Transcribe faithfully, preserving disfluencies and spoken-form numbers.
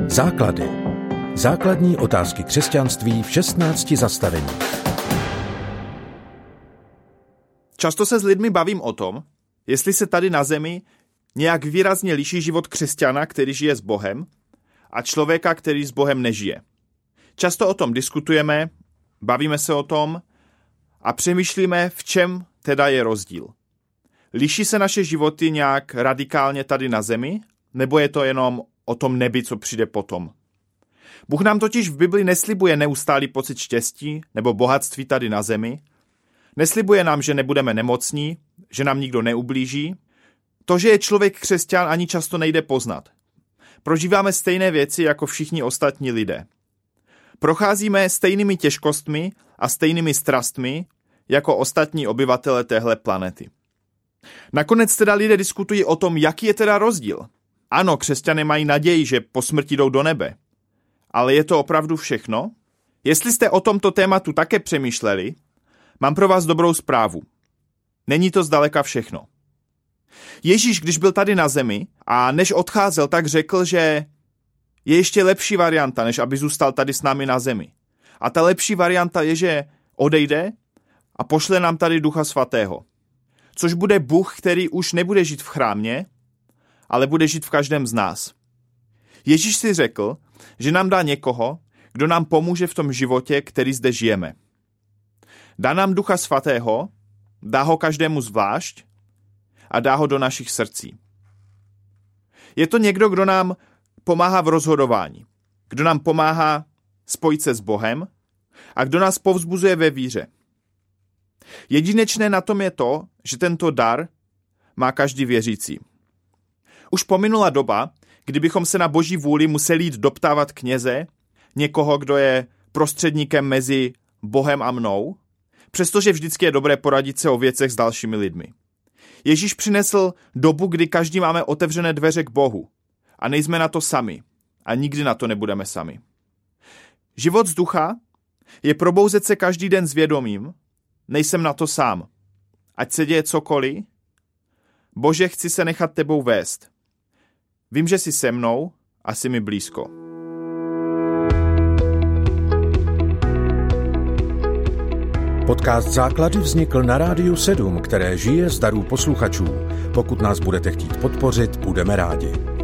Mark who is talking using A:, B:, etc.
A: Základy. Základní otázky křesťanství v šestnácti zastaveních.
B: Často se s lidmi bavím o tom, jestli se tady na zemi nějak výrazně liší život křesťana, který žije s Bohem, a člověka, který s Bohem nežije. Často o tom diskutujeme, bavíme se o tom a přemýšlíme, v čem teda je rozdíl. Liší se naše životy nějak radikálně tady na zemi, nebo je to jenom o tom nebi, co přijde potom? Bůh nám totiž v Bibli neslibuje neustálý pocit štěstí nebo bohatství tady na zemi. Neslibuje nám, že nebudeme nemocní, že nám nikdo neublíží. To, že je člověk křesťan, ani často nejde poznat. Prožíváme stejné věci jako všichni ostatní lidé. Procházíme stejnými těžkostmi a stejnými strastmi jako ostatní obyvatele téhle planety. Nakonec teda lidé diskutují o tom, jaký je teda rozdíl. Ano, křesťané mají naději, že po smrti jdou do nebe. Ale je to opravdu všechno? Jestli jste o tomto tématu také přemýšleli, mám pro vás dobrou zprávu. Není to zdaleka všechno. Ježíš, když byl tady na zemi a než odcházel, tak řekl, že je ještě lepší varianta, než aby zůstal tady s námi na zemi. A ta lepší varianta je, že odejde a pošle nám tady Ducha Svatého. Což bude Bůh, který už nebude žít v chrámě, ale bude žít v každém z nás. Ježíš si řekl, že nám dá někoho, kdo nám pomůže v tom životě, který zde žijeme. Dá nám Ducha Svatého, dá ho každému zvlášť a dá ho do našich srdcí. Je to někdo, kdo nám pomáhá v rozhodování, kdo nám pomáhá spojit se s Bohem a kdo nás povzbuzuje ve víře. Jedinečné na tom je to, že tento dar má každý věřící. Už pominula doba, kdybychom se na Boží vůli museli jít doptávat kněze, někoho, kdo je prostředníkem mezi Bohem a mnou, přestože vždycky je dobré poradit se o věcech s dalšími lidmi. Ježíš přinesl dobu, kdy každý máme otevřené dveře k Bohu a nejsme na to sami a nikdy na to nebudeme sami. Život z ducha je probouzet se každý den s vědomím, nejsem na to sám. Ať se děje cokoliv, Bože, chci se nechat tebou vést. Vím, že jsi se mnou a jsi mi blízko.
A: Podcast Základy vznikl na Rádiu sedm, které žije z darů posluchačů. Pokud nás budete chtít podpořit, budeme rádi.